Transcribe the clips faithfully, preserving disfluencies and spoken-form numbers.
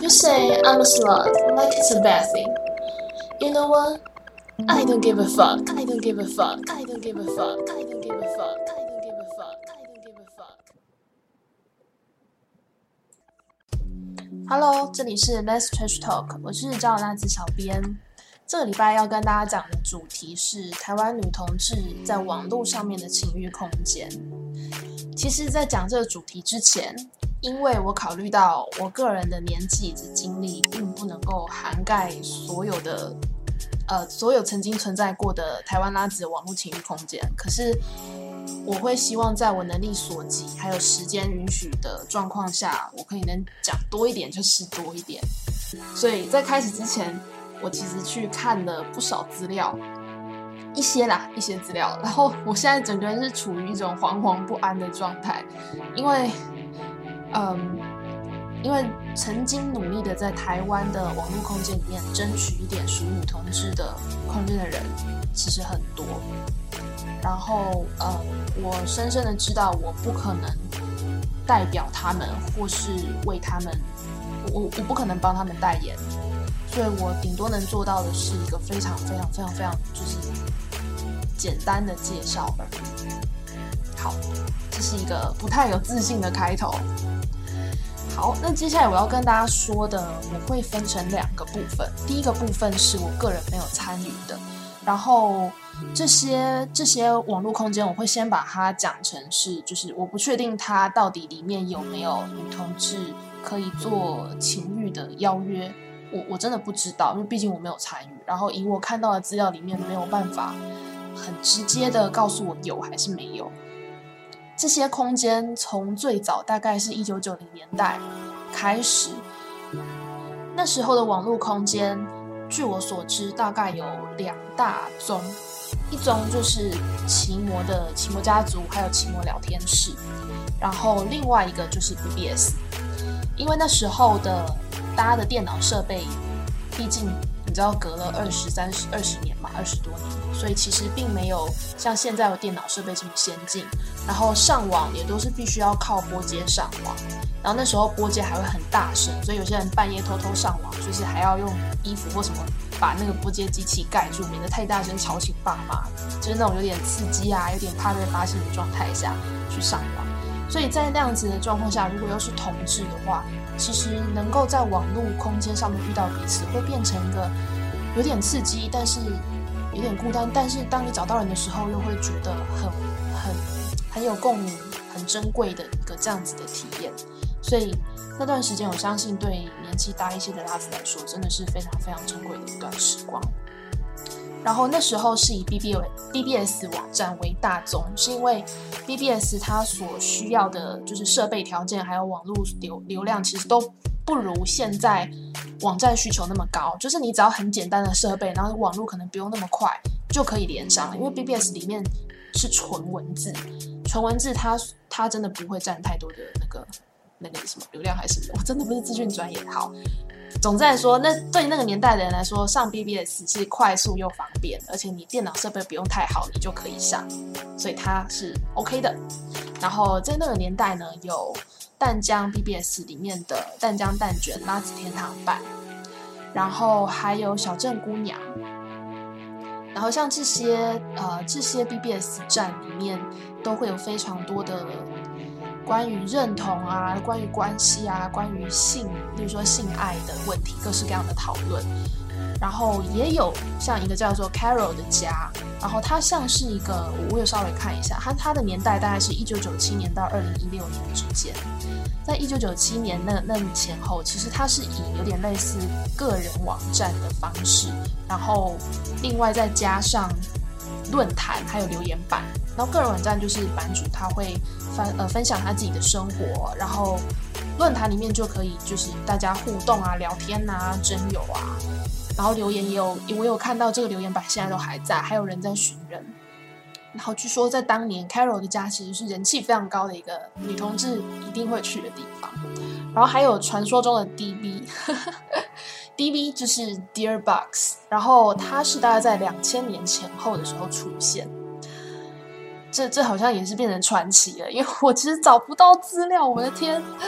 You say I'm a slut, like it's a bad thing. You know what? I don't give a fuck. I don't give a fuck. I don't give a fuck. I don't give a fuck. I don't give a fuck. I don't give a fuck. Hello， 这里是 Let's Trash Talk， 我是招拉子小编。这个礼拜要跟大家讲的主题是台湾女同志在网络上面的情欲空间。其实在讲这个主题之前，因为我考虑到我个人的年纪及经历并不能够涵盖所有的呃所有曾经存在过的台湾拉子的网络情欲空间，可是我会希望在我能力所及还有时间允许的状况下，我可以能讲多一点就是多一点。所以在开始之前，我其实去看了不少资料，一些啦，一些资料，然后我现在整个人是处于一种惶惶不安的状态，因为，嗯，因为曾经努力的在台湾的网络空间里面争取一点属于女同志的空间的人其实很多，然后，呃，我深深的知道我不可能代表他们，或是为他们，我我不可能帮他们代言。所以我顶多能做到的是一个非常非常非常非常就是简单的介绍而已。好，这是一个不太有自信的开头。好，那接下来我要跟大家说的，我会分成两个部分。第一个部分是我个人没有参与的，然后这些这些网络空间，我会先把它讲成是，就是我不确定它到底里面有没有女同志可以做情欲的邀约。我, 我真的不知道，因为毕竟我没有参与，然后以我看到的资料里面没有办法很直接的告诉我有还是没有。这些空间从最早大概是一九九零年代开始，那时候的网络空间据我所知大概有两大宗，一宗就是奇摩的奇摩家族还有奇摩聊天室，然后另外一个就是 B B S。 因为那时候的大家的电脑设备，毕竟你知道隔了二十三十二十年嘛，二十多年，所以其实并没有像现在的电脑设备这么先进。然后上网也都是必须要靠拨接上网，然后那时候拨接还会很大声，所以有些人半夜偷偷上网，就是还要用衣服或什么把那个拨接机器盖住，免得太大声吵醒爸妈，就是那种有点刺激啊，有点怕被发现的状态下去上网。所以在那样子的状况下，如果又是同志的话，其实能够在网络空间上面遇到彼此，会变成一个有点刺激，但是有点孤单，但是当你找到人的时候，又会觉得很很很有共鸣、很珍贵的一个这样子的体验。所以那段时间，我相信对年纪大一些的拉子来说，真的是非常非常珍贵的一段时光。然后那时候是以 B B S 网站为大宗，是因为 B B S 它所需要的就是设备条件还有网络 流, 流量其实都不如现在网站需求那么高，就是你只要很简单的设备，然后网络可能不用那么快就可以连上了，因为 B B S 里面是纯文字，纯文字它它真的不会占太多的那个那个什么流量还是什么，我真的不是资讯专业。好，总之来说，那对那个年代的人来说，上 B B S 是快速又方便，而且你电脑设备不用太好，你就可以上，所以它是 OK 的。然后在那个年代呢，有淡江 B B S 里面的淡江蛋卷、拉子天堂版，然后还有小镇姑娘，然后像这些呃这些 B B S 站里面都会有非常多的关于认同啊，关于关系啊，关于性，例如说性爱的问题，各式各样的讨论。然后也有像一个叫做 Carol 的家，然后它像是一个，我有稍微看一下，它它的年代大概是一九九七年到二零一六年之间。在一九九七年那那前后，其实它是以有点类似个人网站的方式，然后另外再加上论坛还有留言板。然后个人网站就是版主他会分呃分享他自己的生活，然后论坛里面就可以就是大家互动啊、聊天啊、征友啊，然后留言也有，我有看到这个留言板现在都还在，还有人在寻人。然后据说在当年 Carol 的家其实是人气非常高的一个女同志一定会去的地方。然后还有传说中的 D B D B 就是 Dear Box， 然后它是大概在两千年前后的时候出现。这这好像也是变成传奇了，因为我其实找不到资料，我的天！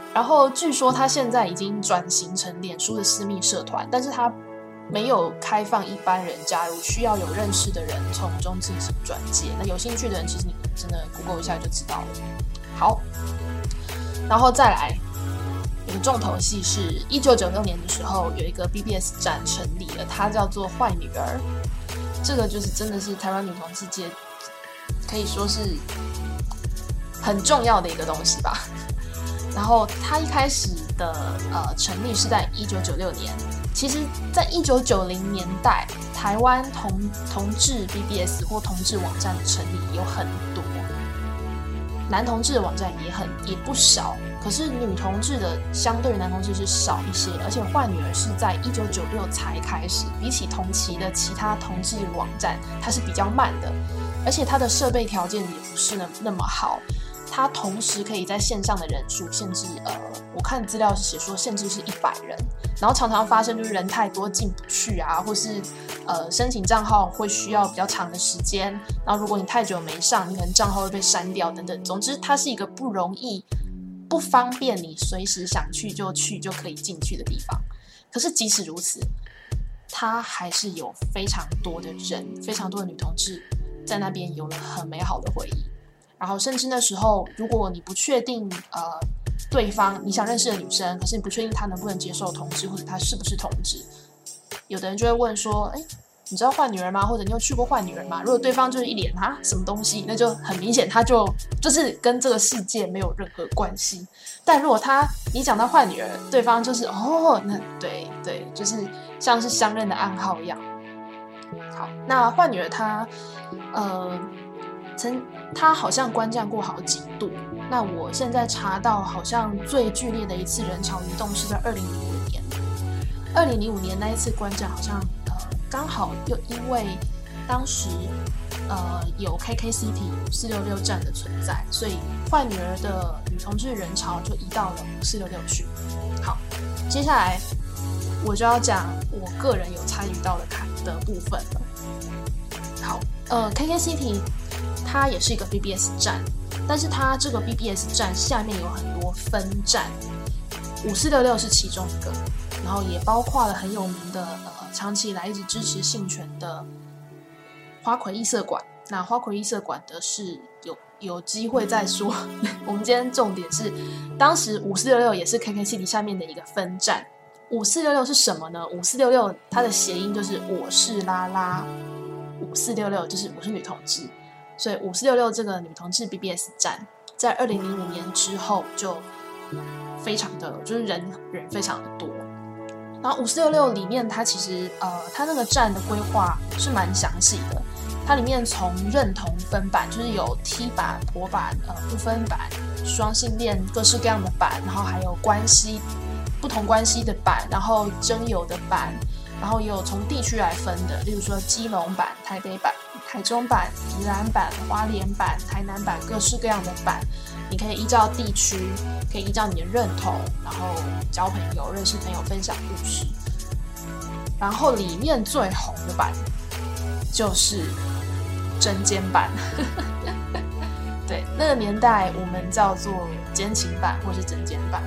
然后据说他现在已经转型成脸书的私密社团，但是他没有开放一般人加入，需要有认识的人从中进行转介。那有兴趣的人，其实你真的 Google 一下就知道了。好，然后再来有个重头戏是一九九六年的时候，有一个 B B S 站成立了，它叫做坏女儿。这个就是真的是台湾女同志界可以说是很重要的一个东西吧。然后它一开始的呃成立是在一九九六年，其实在一九九零年代，台湾同同志 B B S 或同志网站的成立有很多，男同志的网站也很也不少，可是女同志的相对于男同志是少一些，而且坏女儿是在一九九六才开始，比起同期的其他同志网站，它是比较慢的，而且它的设备条件也不是那那么好。它同时可以在线上的人数限制，呃，我看资料是写说限制是一百人，然后常常发生就是人太多进不去啊，或是呃申请账号会需要比较长的时间，然后如果你太久没上，你可能账号会被删掉等等。总之，它是一个不容易、不方便你随时想去就去就可以进去的地方。可是即使如此，它还是有非常多的人、非常多的女同志在那边有了很美好的回忆。然后甚至那时候，如果你不确定呃对方你想认识的女生，可是你不确定她能不能接受同志，或者她是不是同志，有的人就会问说：“哎，你知道坏女人吗？或者你有去过坏女人吗？”如果对方就是一脸啊什么东西，那就很明显他就就是跟这个世界没有任何关系。但如果他你讲到坏女人，对方就是哦，那对对，就是像是相认的暗号一样。好，那坏女人她呃。曾他好像观战过好几度，那我现在查到好像最剧烈的一次人潮移动是在二零零五年。二零零五年那一次观战好像呃刚好又因为当时呃有 K K C T 五四六六站的存在，所以坏女儿的女同志人潮就移到了五四六六去。好，接下来我就要讲我个人有参与到的的部分了。好，呃 K K C T。它也是一个 B B S 站，但是它这个 B B S 站下面有很多分站，五四六六是其中一个，然后也包括了很有名的呃长期以来一直支持性权的花魁异色馆。那花魁异色馆的是有有机会再说，我们今天重点是当时五四六六也是 K K C T 下面的一个分站。五四六六是什么呢？五四六六它的谐音就是我是拉拉，五四六六就是我是女同志。所以五四六六这个女同志 B B S 站在二零零五年之后就非常的就是人人非常的多。然后五四六六里面它其实呃它那个站的规划是蛮详细的，它里面从认同分版，就是有 T 版、婆版、呃不分版、双性恋各式各样的版，然后还有关系不同关系的版，然后征友的版，然后也有从地区来分的，例如说基隆版、台北版、台中版、宜兰版、花莲版、台南版，各式各样的版，你可以依照地区，可以依照你的认同，然后交朋友、认识朋友、分享故事。然后里面最红的版就是针尖版，对，那个年代我们叫做奸情版或是针尖版。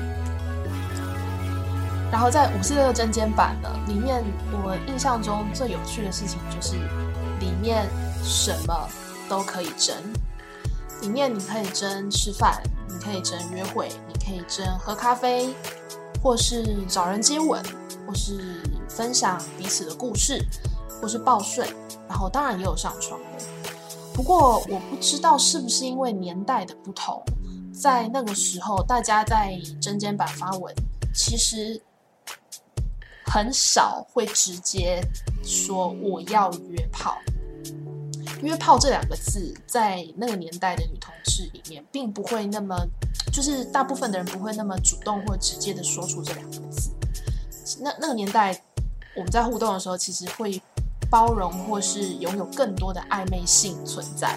然后在五四六六针尖版呢，里面我印象中最有趣的事情就是里面什么都可以争，里面你可以争吃饭，你可以争约会，你可以争喝咖啡，或是找人接吻，或是分享彼此的故事，或是报税，然后当然也有上床的。不过我不知道是不是因为年代的不同，在那个时候大家在针尖版发文其实很少会直接说我要约炮。约炮这两个字在那个年代的女同志里面并不会那么，就是大部分的人不会那么主动或直接的说出这两个字。那那个年代我们在互动的时候其实会包容或是拥有更多的暧昧性存在。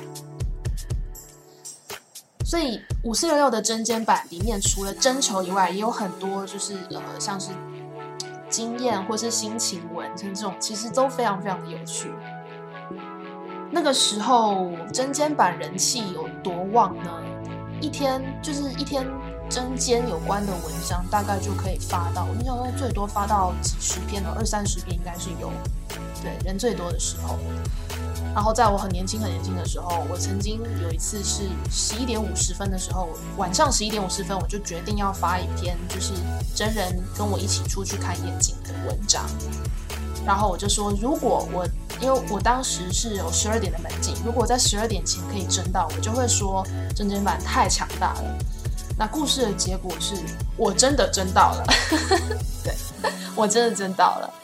所以五四六六的针尖版里面除了征求以外，也有很多就是呃像是经验或是心情文，像这种其实都非常非常的有趣。那个时候针尖版人气有多旺呢？一天就是一天针尖有关的文章大概就可以发到，我印象中最多发到几十篇了，二三十篇应该是有，对，人最多的时候。然后在我很年轻很年轻的时候，我曾经有一次是十一点五十分的时候，晚上十一点五十分，我就决定要发一篇就是真人跟我一起出去看夜景的文章。然后我就说，如果我因为我当时是有十二点的门禁，如果我在十二点前可以征到，我就会说真真版太强大了。那故事的结果是我真的征到了，对，我真的征到了。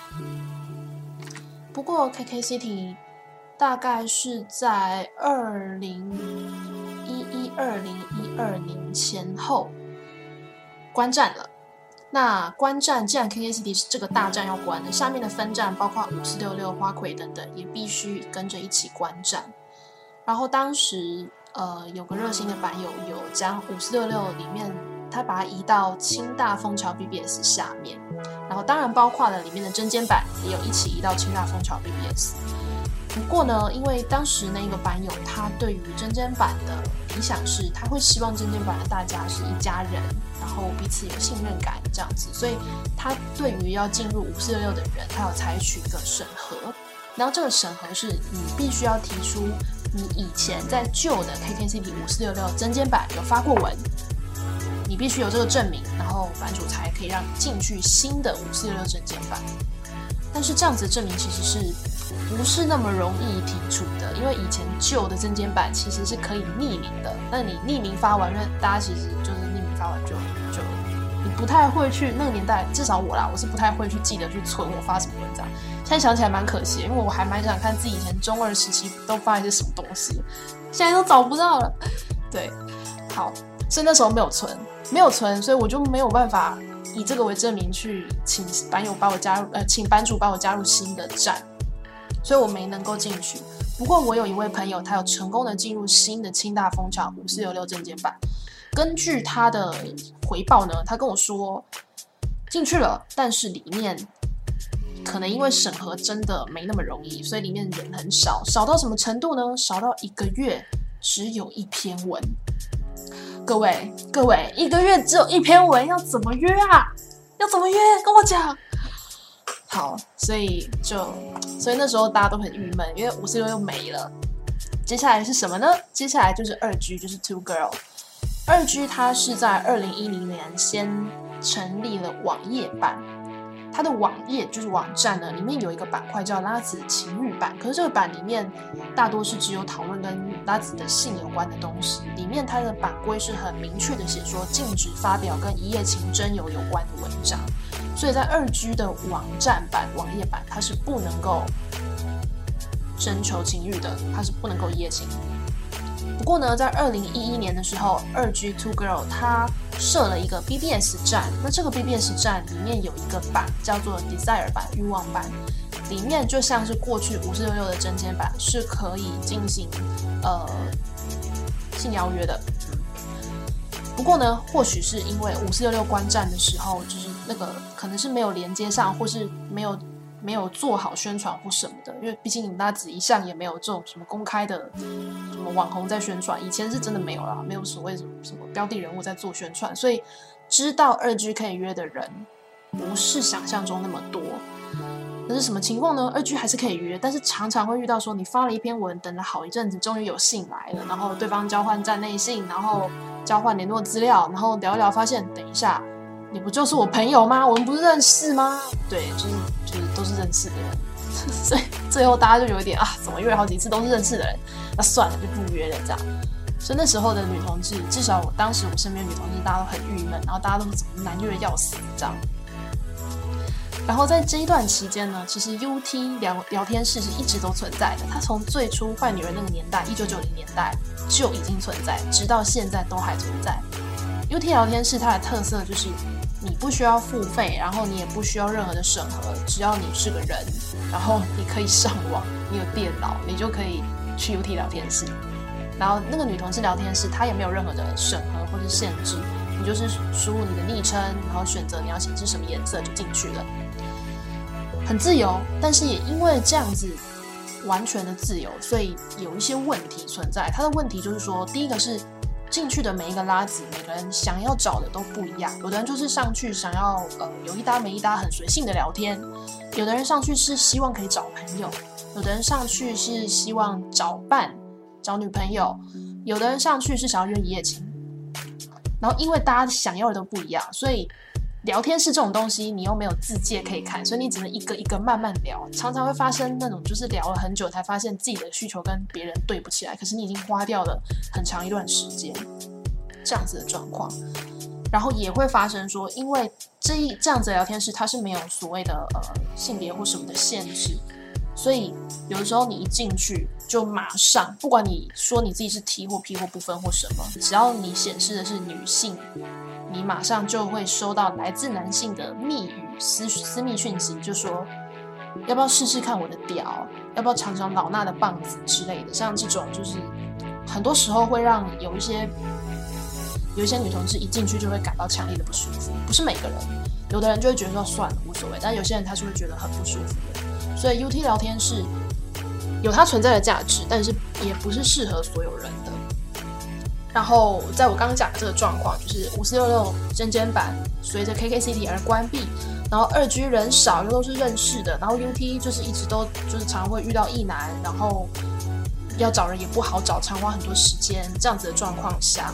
不过 K K C T 大概是在二零一一、二零一二年前后关站了。那关站，既然 K K C T 是这个大站要关的，下面的分站包括五四六六、花魁等等，也必须跟着一起关站。然后当时呃有个热心的版友有将五四六六里面，他把它移到清大枫桥 B B S 下面，然后当然包括了里面的针尖版也有一起移到清大枫桥 B B S。不过呢，因为当时那个版友他对于针尖版的理想是，他会希望针尖版的大家是一家人，然后彼此有信任感这样子，所以他对于要进入五四六六的人，他有采取一个审核。然后这个审核是你必须要提出你以前在旧的 K K C T 五四六六针尖版有发过文，你必须有这个证明，然后版主才可以让你进去新的五四六六针尖版。但是这样子的证明其实是不是那么容易提出的，因为以前旧的针尖版其实是可以匿名的，那你匿名发完，因为大家其实就是匿名发完就就你不太会去，那个年代至少我啦，我是不太会去记得去存我发什么文章。现在想起来蛮可惜的，因为我还蛮想看自己以前中二时期都发一些什么东西，现在都找不到了。对，好，所以那时候没有存，没有存，所以我就没有办法以这个为证明去请版友把我加入，呃，请版主把我加入新的站，所以我没能够进去。不过我有一位朋友，他有成功的进入新的清大枫桥五四六六针尖版。根据他的回报呢，他跟我说进去了，但是里面可能因为审核真的没那么容易，所以里面人很少，少到什么程度呢？少到一个月只有一篇文。各位各位，一个月只有一篇文，要怎么约啊？要怎么约？跟我讲。好，所以就所以那时候大家都很郁闷，因为五四六六没了。接下来是什么呢？接下来就是二 G， 就是 Two Girl。二 G 它是在二零一零年先成立了网页版，它的网页就是网站呢，里面有一个板块叫拉子情欲版，可是这个版里面大多是只有讨论跟拉子的性有关的东西，里面它的版规是很明确的写说禁止发表跟一夜情真友有关的文章，所以在二 G 的网站版网页版它是不能够征求情欲的，它是不能够一夜情。不过呢，在二零一一年的时候，二 G Two Girl 它设了一个 B B S 站，那这个 B B S 站里面有一个版叫做 Desire 版欲望版，里面就像是过去五四六六的针尖版是可以进行呃性邀约的。不过呢，或许是因为五四六六关站的时候，就是那个可能是没有连接上，或是没有没有做好宣传或什么的，因为毕竟拉子一向也没有这种什么公开的什么网红在宣传，以前是真的没有啦，没有所谓什么什么标的人物在做宣传，所以知道二 G 可以约的人不是想象中那么多。那是什么情况呢？二 G 还是可以约，但是常常会遇到说你发了一篇文，等了好一阵子，终于有信来了，然后对方交换站内信，然后交换联络资料，然后聊一聊，发现等一下。你不就是我朋友吗？我们不是认识吗？对，就是就是都是认识的人，所以最后大家就有一点啊，怎么约了好几次都是认识的人，那算了就不约了这样。所以那时候的女同志，至少我当时我身边的女同志，大家都很郁闷，然后大家都怎么难约的要死这样。然后在这一段期间呢，其实 U T 聊聊天室是一直都存在的，它从最初坏女人那个年代，一九九零年代就已经存在，直到现在都还存在。U T 聊天室它的特色就是。你不需要付费，然后你也不需要任何的审核，只要你是个人，然后你可以上网，你有电脑，你就可以去 U T 聊天室。然后那个女同志聊天室，它也没有任何的审核或是限制，你就是输入你的昵称，然后选择你要显示什么颜色就进去了，很自由。但是也因为这样子完全的自由，所以有一些问题存在。它的问题就是说，第一个是进去的每一个拉子，每个人想要找的都不一样。有的人就是上去想要呃有一搭没一搭很随性的聊天，有的人上去是希望可以找朋友，有的人上去是希望找伴找女朋友，有的人上去是想要约一夜情。然后因为大家想要的都不一样，所以聊天室这种东西你又没有字界可以看，所以你只能一个一个慢慢聊，常常会发生那种就是聊了很久才发现自己的需求跟别人对不起来，可是你已经花掉了很长一段时间这样子的状况。然后也会发生说，因为这一这样子的聊天室它是没有所谓的呃性别或什么的限制，所以有的时候你一进去就马上，不管你说你自己是 T 或 P 或不分或什么，只要你显示的是女性，你马上就会收到来自男性的密语私私密讯息，就说要不要试试看我的屌，要不要尝尝老衲的棒子之类的。像这种就是很多时候会让有一些有一些女同志一进去就会感到强烈的不舒服，不是每个人，有的人就会觉得说算了无所谓，但有些人他是会觉得很不舒服的。所以 U T 聊天室有它存在的价值，但是也不是适合所有人的。然后在我刚刚讲的这个状况，就是五四六六针尖版随着 K K C T 而关闭，然后二 G 人少又都是认识的，然后 U T 就是一直都就是常会遇到异男，然后要找人也不好找，常花很多时间，这样子的状况下，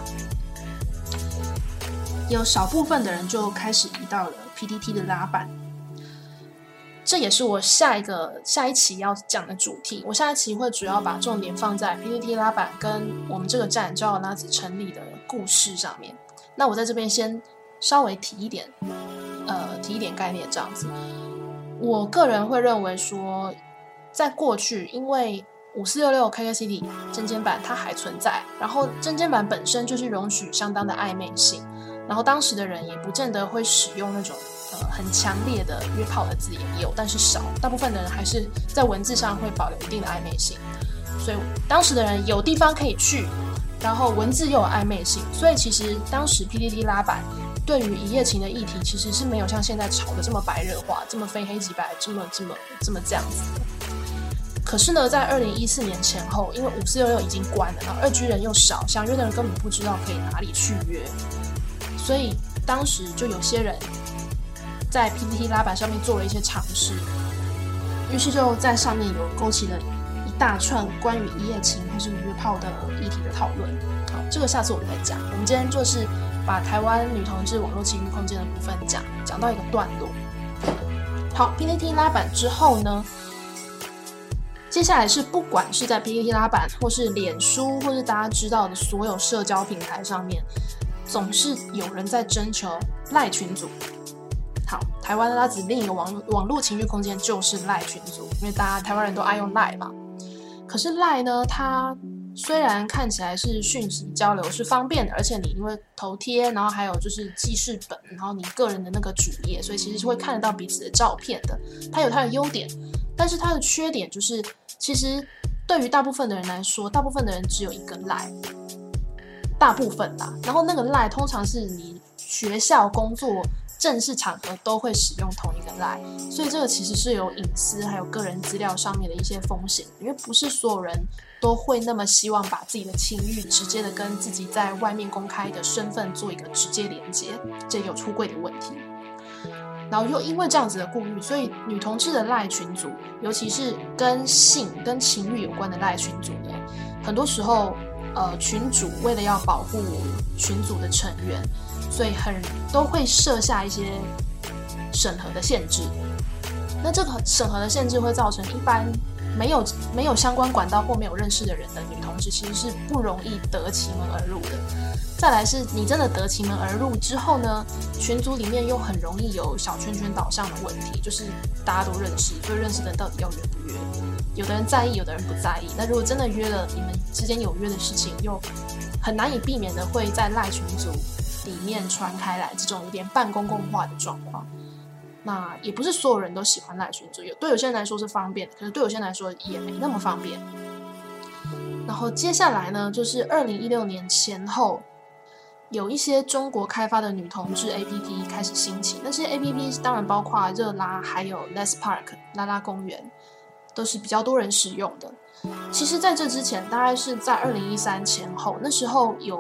有少部分的人就开始移到了 P T T 的拉板。这也是我下一个下一期要讲的主题。我下一期会主要把重点放在 P T T 拉板跟我们这个站交友拉子成立的故事上面。那我在这边先稍微提一点，呃，提一点概念这样子。我个人会认为说，在过去，因为五四六六 K K C T 针尖版它还存在，然后针尖版本身就是容许相当的暧昧性，然后当时的人也不见得会使用那种呃很强烈的约炮的字眼，也有，但是少，大部分的人还是在文字上会保留一定的暧昧性，所以当时的人有地方可以去，然后文字又有暧昧性，所以其实当时 P T T 拉板对于一夜情的议题其实是没有像现在炒的这么白热化，这么非黑即白，这么这么这么这样子的。可是呢，在二零一四年前后，因为五四六六已经关了，然后二 G 人又少，想约的人根本不知道可以哪里去约，所以当时就有些人在 P T T 拉板上面做了一些尝试，于是就在上面有勾起了一大串关于一夜情或是约炮的议题的讨论。好，这个下次我们再讲。我们今天就是把台湾女同志网络情欲空间的部分讲讲到一个段落。好 ，P T T 拉板之后呢，接下来是不管是在 P T T 拉板，或是脸书，或是大家知道的所有社交平台上面，总是有人在征求赖群组。好，台湾的拉子另一个网网络情欲空间就是赖群组，因为大家台湾人都爱用赖嘛。可是赖呢，它虽然看起来是讯息交流是方便的，而且你因为头贴，然后还有就是记事本，然后你个人的那个主页，所以其实是会看得到彼此的照片的。它有它的优点，但是它的缺点就是，其实对于大部分的人来说，大部分的人只有一个赖，大部分啦。然后那个赖通常是你学校、工作、正式场合都会使用同一个 line， 所以这个其实是有隐私还有个人资料上面的一些风险，因为不是所有人都会那么希望把自己的情欲直接的跟自己在外面公开的身份做一个直接连接，这有出柜的问题。然后又因为这样子的顾虑，所以女同志的赖群组，尤其是跟性跟情欲有关的赖群组呢，很多时候呃群主为了要保护群组的成员，所以很都会设下一些审核的限制。那这个审核的限制会造成一般没有没有相关管道或没有认识的人的女同志其实是不容易得其门而入的。再来是你真的得其门而入之后呢，群组里面又很容易有小圈圈导向的问题，就是大家都认识，所以认识的人到底要约不约？有的人在意，有的人不在意。那如果真的约了，你们之间有约的事情，又很难以避免的会在赖群组里面传开来，这种有点半公共化的状况。那也不是所有人都喜欢赖群组，有对有些人来说是方便的，可是对有些人来说也没那么方便。然后接下来呢，就是二零一六年前后，有一些中国开发的女同志 A P P 开始兴起。那些 A P P 当然包括热拉，还有 Let's Park 拉拉公园，都是比较多人使用的。其实在这之前，大概是在二零一三前后，那时候有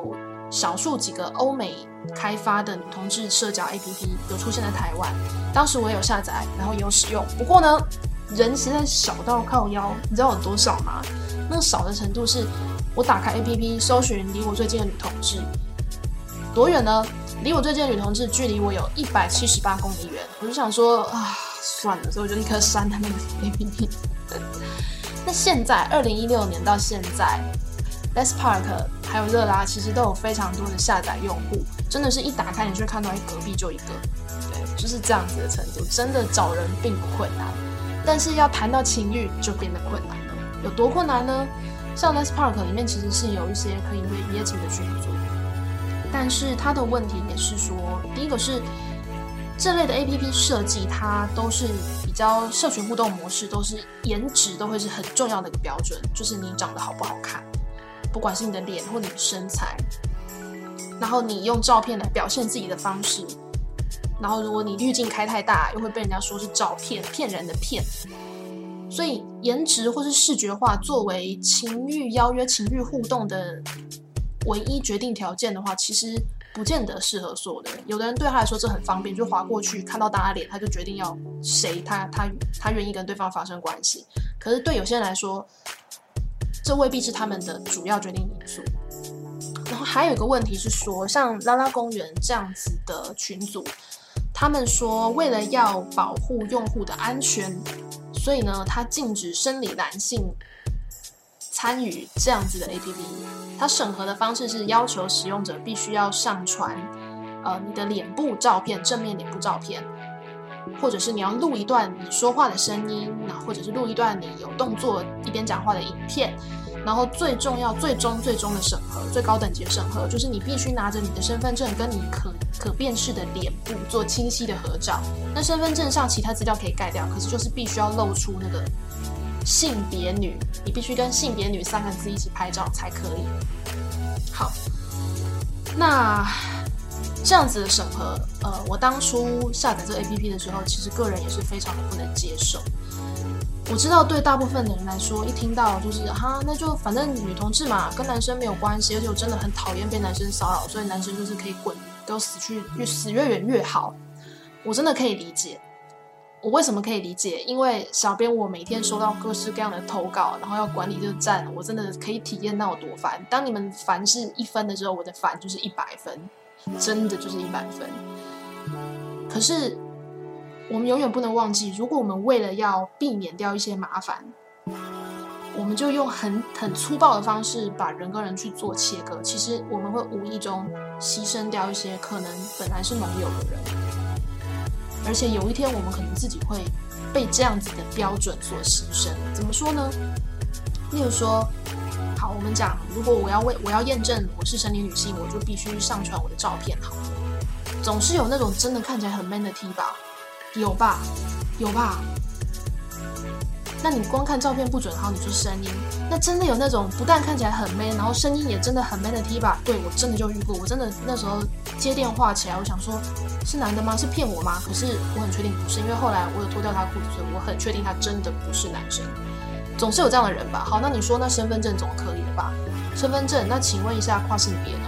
少数几个欧美开发的女同志社交 A P P 有出现在台湾，当时我也有下载，然后也有使用。不过呢，人实在少到靠腰，你知道有多少吗？那个少的程度是，我打开 A P P 搜寻离我最近的女同志，多远呢？离我最近的女同志距离我有一百七十八公里远。我就想说啊，算了，所以我就立刻删他那个 A P P。那现在二零一六年到现在 ，Lesspark 还有热拉其实都有非常多的下载用户，真的是一打开你就会看到一隔壁就一个，对，就是这样子的程度，真的找人并不困难，但是要谈到情欲就变得困难了。有多困难呢？像 Lesspark 里面其实是有一些可以约约情的群组，但是它的问题也是说，第一个是这类的 A P P 设计，它都是比较社群互动模式，都是颜值都会是很重要的一个标准，就是你长得好不好看，不管是你的脸或你的身材，然后你用照片来表现自己的方式，然后如果你滤镜开太大，又会被人家说是照片，骗人的骗。所以颜值或是视觉化作为情欲邀约、情欲互动的唯一决定条件的话，其实不见得适合所有的人。有的人对他来说这很方便，就滑过去看到大家脸，他就决定要谁，他他他愿意跟对方发生关系。可是对有些人来说，这未必是他们的主要决定因素。然后还有一个问题是说，像拉拉公园这样子的群组，他们说为了要保护用户的安全，所以呢，他禁止生理男性参与这样子的 A P P。它审核的方式是要求使用者必须要上传，呃，你的脸部照片，正面脸部照片，或者是你要录一段你说话的声音，或者是录一段你有动作一边讲话的影片。然后最重要、最终、最终的审核，最高等级的审核，就是你必须拿着你的身份证跟你可可辨识的脸部做清晰的合照。那身份证上其他资料可以盖掉，可是就是必须要露出那个性别女，你必须跟性别女三个字一起拍照才可以。好，那这样子的审核，呃，我当初下载这个 A P P 的时候，其实个人也是非常的不能接受。我知道对大部分的人来说，一听到就是哈，那就反正女同志嘛，跟男生没有关系，而且我真的很讨厌被男生骚扰，所以男生就是可以滚，给我死去，越死越远越好。我真的可以理解。我为什么可以理解？因为小编我每天收到各式各样的投稿，然后要管理这个站，我真的可以体验到有多烦。当你们烦是一分的时候，我的烦就是一百分，真的就是一百分。可是我们永远不能忘记，如果我们为了要避免掉一些麻烦，我们就用很很粗暴的方式把人跟人去做切割，其实我们会无意中牺牲掉一些可能本来是盟友的人，而且有一天我们可能自己会被这样子的标准所牺牲。怎么说呢？例如说，好，我们讲，如果我要为我要验证我是生理女性，我就必须上传我的照片。好了，总是有那种真的看起来很 man 的 T 吧。有吧，有吧。那你光看照片不准，好，你说声音，那真的有那种不但看起来很 man， 然后声音也真的很 man 的 T 吧？对，我真的就遇过。我真的那时候接电话起来，我想说，是男的吗？是骗我吗？可是我很确定不是，因为后来我有脱掉他裤子，所以我很确定他真的不是男生。总是有这样的人吧？好，那你说那身份证总可以了吧？身份证，那请问一下跨性别呢？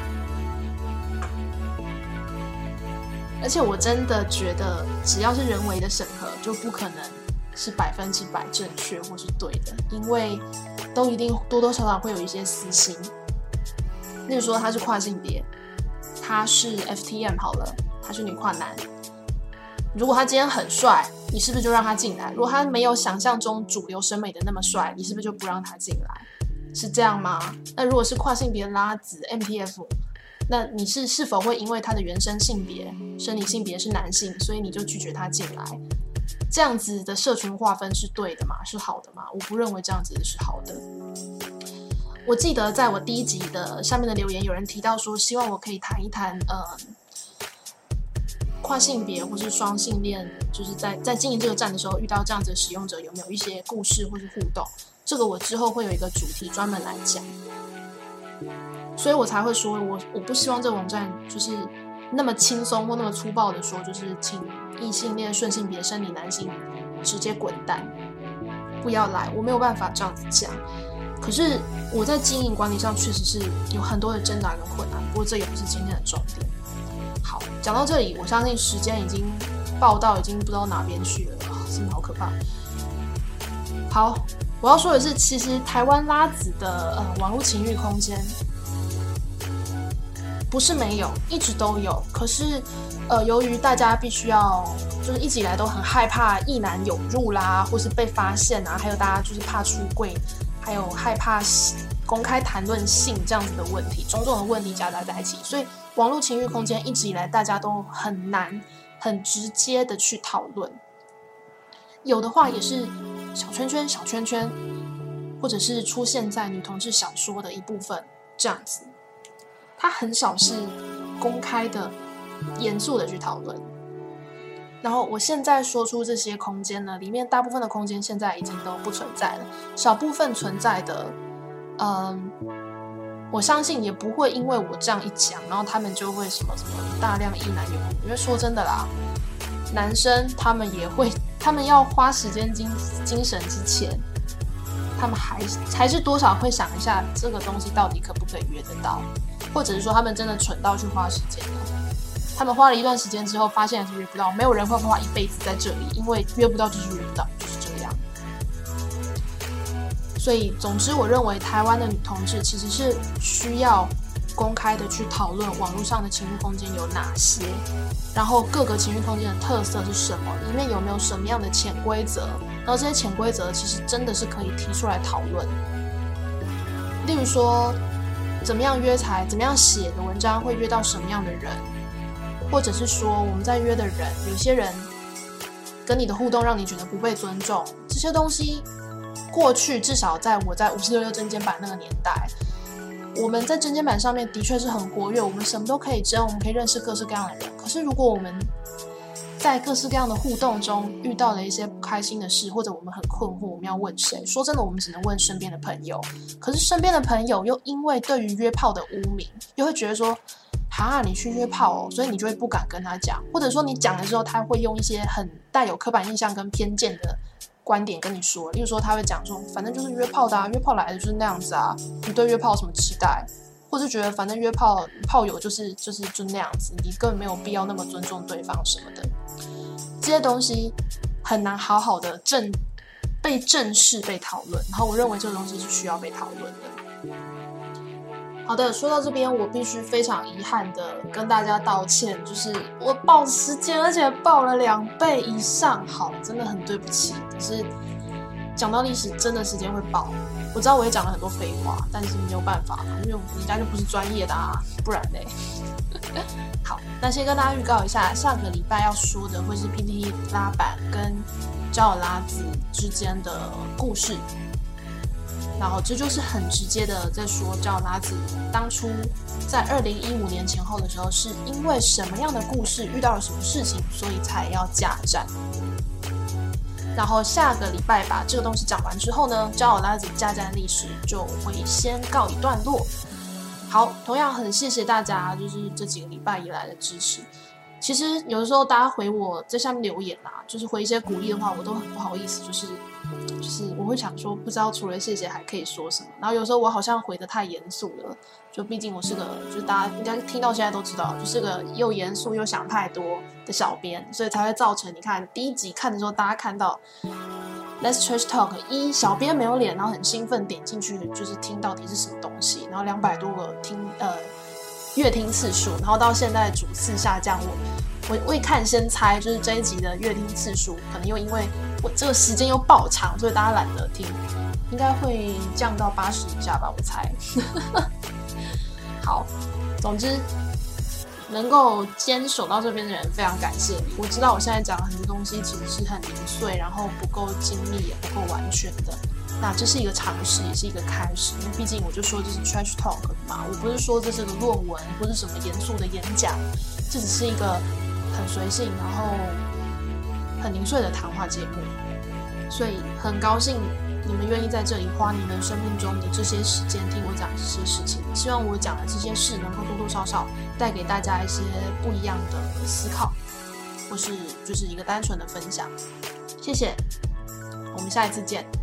而且我真的觉得，只要是人为的审核，就不可能是百分之百正确或是对的，因为都一定多多少少会有一些私心。例如说他是跨性别，他是 F T M 好了，他是女跨男。如果他今天很帅，你是不是就让他进来？如果他没有想象中主流审美的那么帅，你是不是就不让他进来？是这样吗？那如果是跨性别拉子 M T F，那你是是否会因为他的原生性别、生理性别是男性，所以你就拒绝他进来？这样子的社群划分是对的吗？是好的吗？我不认为这样子是好的。我记得在我第一集的下面的留言，有人提到说，希望我可以谈一谈，呃，跨性别或是双性恋，就是在在经营这个站的时候，遇到这样子的使用者有没有一些故事或是互动？这个我之后会有一个主题专门来讲。所以我才会说我我不希望这个网站就是那么轻松或那么粗暴的说，就是请异性恋、顺性别、生理男性直接滚蛋，不要来，我没有办法这样子讲。 可是我在经营管理上确实是有很多的挣扎跟困难，不过这也不是今天的重点。好，讲到这里，我相信时间已经报到，已经不知道哪边去了，哦、真的好可怕。好，我要说的是，其实台湾拉子的呃网络情欲空间不是没有，一直都有。可是呃，由于大家必须要就是一直以来都很害怕异男涌入啦，或是被发现啊，还有大家就是怕出柜，还有害怕公开谈论性这样子的问题，种种的问题夹杂在一起，所以网络情欲空间一直以来大家都很难很直接的去讨论，有的话也是小圈圈小圈圈，或者是出现在女同志小说的一部分这样子，它很少是公开的严肃的去讨论。然后我现在说出这些空间呢，里面大部分的空间现在已经都不存在了，少部分存在的嗯，我相信也不会因为我这样一讲，然后他们就会什么什么大量异男涌入。因为说真的啦，男生他们也会，他们要花时间精精神之前，他们还还是多少会想一下这个东西到底可不可以约得到，或者是说他们真的蠢到去花时间了。他们花了一段时间之后，发现还是约不到，没有人会花一辈子在这里，因为约不到就是约不到，就是这样。所以总之我认为台湾的女同志其实是需要公开的去讨论网络上的情欲空间有哪些，然后各个情欲空间的特色是什么，里面有没有什么样的潜规则，然后这些潜规则其实真的是可以提出来讨论。例如说怎么样约才，怎么样写的文章会约到什么样的人，或者是说我们在约的人，有些人跟你的互动让你觉得不被尊重，这些东西过去至少在我在五四六六真奸版那个年代，我们在真奸版上面的确是很活跃，我们什么都可以争，我们可以认识各式各样的人。可是如果我们在各式各样的互动中遇到了一些不开心的事，或者我们很困惑，我们要问谁？说真的，我们只能问身边的朋友。可是身边的朋友又因为对于约炮的污名，又会觉得说哈，你去约炮哦，所以你就会不敢跟他讲，或者说你讲了之后，他会用一些很带有刻板印象跟偏见的观点跟你说，例如说他会讲说，反正就是约炮的啊，约炮来的就是那样子啊，你对约炮有什么期待？或是觉得反正约炮炮友就是就是就那样子，你根本没有必要那么尊重对方什么的，这些东西很难好好的正被正式被讨论，然后我认为这个东西是需要被讨论的。好的，说到这边，我必须非常遗憾的跟大家道歉，就是我报时间，而且报了两倍以上，好，真的很对不起。可是讲到历史，真的时间会报。我知道我也讲了很多废话，但是没有办法，因为人家就不是专业的啊，不然嘞。好，那先跟大家预告一下，下个礼拜要说的会是 P T T 拉板跟交友拉子之间的故事。然后这就是很直接的在说交友拉子当初在二零一五年前后的时候，是因为什么样的故事，遇到了什么事情，所以才要架站。然后下个礼拜把这个东西讲完之后呢，交友拉子架站历史就会先告一段落。好，同样很谢谢大家就是这几个礼拜以来的支持。其实有的时候大家回我在下面留言啦，就是回一些鼓励的话，我都很不好意思，就是就是我会想说，不知道除了谢谢还可以说什么。然后有时候我好像回得太严肃了，就毕竟我是个，就是大家应该听到现在都知道，就是个又严肃又想太多的小编，所以才会造成你看第一集看的时候，大家看到 Let's Trash Talk 一小编没有脸，然后很兴奋点进去，就是听到底是什么东西，然后两百多个听呃。阅听次数，然后到现在主次下降，我我未看先猜，就是这一集的阅听次数可能又因为我这个时间又爆长，所以大家懒得听，应该会降到八十以下吧，我猜。好，总之能够坚守到这边的人非常感谢你。我知道我现在讲的很多东西其实是很零碎，然后不够精密也不够完全的。那这是一个尝试，也是一个开始，因为毕竟我就说这是 trash talk 嘛，我不是说这是个论文或是什么严肃的演讲，这只是一个很随性然后很零碎的谈话节目，所以很高兴你们愿意在这里花你们生命中的这些时间听我讲这些事情，希望我讲的这些事能够多多少少带给大家一些不一样的思考，或是就是一个单纯的分享。谢谢，我们下一次见。